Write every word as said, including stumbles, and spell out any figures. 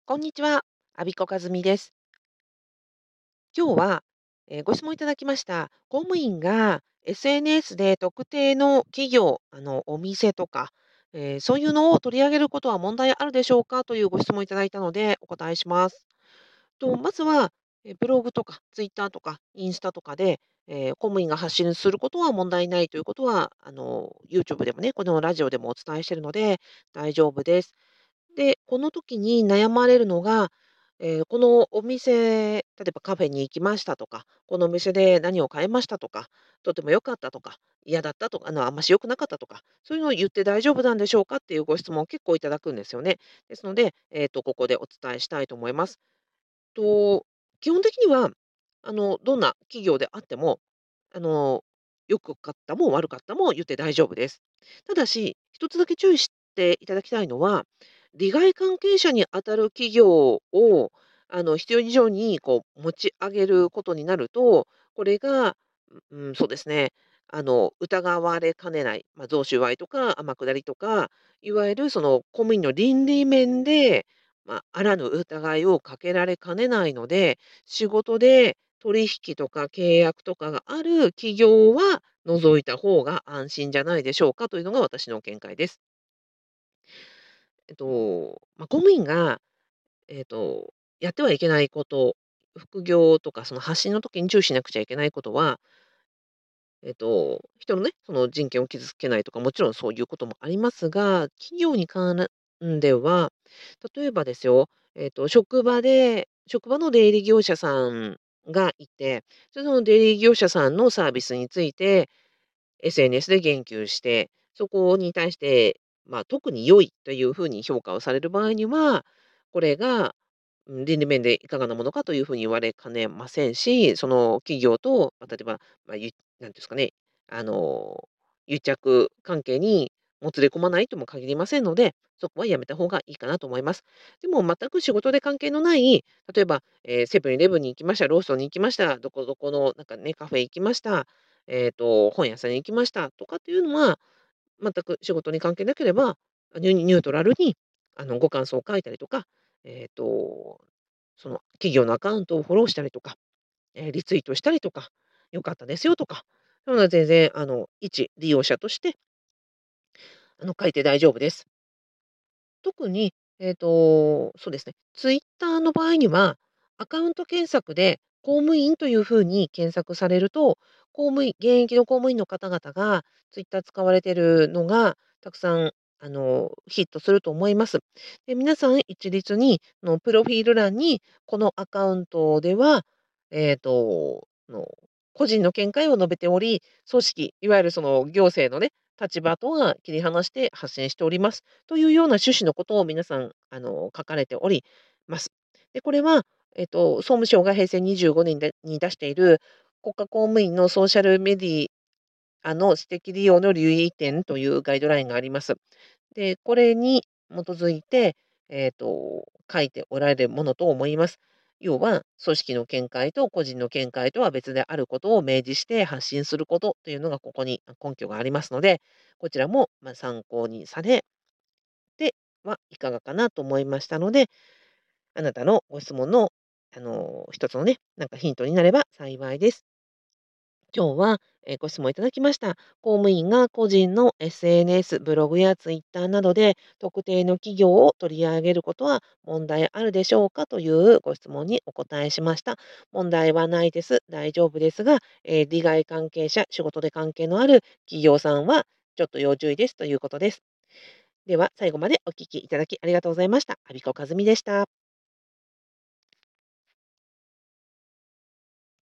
こんにちは、阿ビ子和美です。今日は、えーご質問いただきました。公務員が エスエヌエス で特定の企業、あのお店とか、えーそういうのを取り上げることは問題あるでしょうかというご質問いただいたのでお答えします。とまずは、えーブログとかツイッターとかインスタとかで、えー公務員が発信することは問題ないということは、あの YouTube でもね、このラジオでもお伝えしているので大丈夫です。で、この時に悩まれるのが、えーこのお店、例えばカフェに行きましたとか、このお店で何を買いましたとか、とても良かったとか、嫌だったとか、あの、あんまし良くなかったとか、そういうのを言って大丈夫なんでしょうかっていうご質問を結構いただくんですよね。ですので、えっと、ここでお伝えしたいと思います。と、基本的には、あの、どんな企業であっても、あの、良くかったも悪かったも言って大丈夫です。ただし、一つだけ注意していただきたいのは、利害関係者にあたる企業を、あの、必要以上にこう持ち上げることになると、これが、うん、そうですね、あの、疑われかねない、まあ、贈収賄とか天下りとか、いわゆるその公務員の倫理面でまあ、あらぬ疑いをかけられかねないので、仕事で取引とか契約とかがある企業は除いた方が安心じゃないでしょうかというのが私の見解です。えっと、まあ、公務員が、えっと、やってはいけないこと、副業とかその発信の時に注意しなくちゃいけないことは、えっと、人のね、その人権を傷つけないとか、もちろんそういうこともありますが、企業に関んでは、例えばですよ、えっと、職場で職場の出入り業者さんがいて、その出入り業者さんのサービスについて エスエヌエス で言及して、そこに対して、まあ、特に良いというふうに評価をされる場合には、これが、うん、倫理面でいかがなものかというふうに言われかねませんし、その企業と、まあ、例えば、まあ、ゆなんていうんですかね、あの、癒着関係にもつれ込まないとも限りませんので、そこはやめた方がいいかなと思います。でも全く仕事で関係のない、例えば、えーセブンイレブンに行きました、ローソンに行きました、どこどこのなんかね、カフェ行きました、えっと、本屋さんに行きましたとかっていうのは、全く仕事に関係なければ、ニュニュートラルに、あの、ご感想を書いたりとか、えっと、その企業のアカウントをフォローしたりとか、え、リツイートしたりとか、良かったですよとか、そういうのは全然、あの、一利用者として、あの、書いて大丈夫です。特に、えっと、そうですね、ツイッターの場合には、アカウント検索で公務員というふうに検索されると、公務員現役の公務員の方々がツイッター使われているのがたくさん、あの、ヒットすると思います。で、皆さん一律に、のプロフィール欄に、このアカウントでは、えっと、の、個人の見解を述べており、組織、いわゆるその行政のね、立場とは切り離して発信しております。というような趣旨のことを皆さん、あの、書かれております。で、これは、えっと、総務省が平成にじゅうごねんでに出している国家公務員のソーシャルメディアの私的利用の留意点というガイドラインがあります。で、これに基づいて、えっと、書いておられるものと思います。要は、組織の見解と個人の見解とは別であることを明示して発信することというのがここに根拠がありますので、こちらもまあ参考にされてはいかがかなと思いましたので、あなたのご質問の、あの、一つのね、なんかヒントになれば幸いです。今日は、え、ご質問いただきました。公務員が個人の エスエヌエス、ブログやツイッターなどで特定の企業を取り上げることは問題あるでしょうかというご質問にお答えしました。問題はないです。大丈夫ですが、えー利害関係者、仕事で関係のある企業さんはちょっと要注意ですということです。では、最後までお聞きいただきありがとうございました。アビコカズミでした。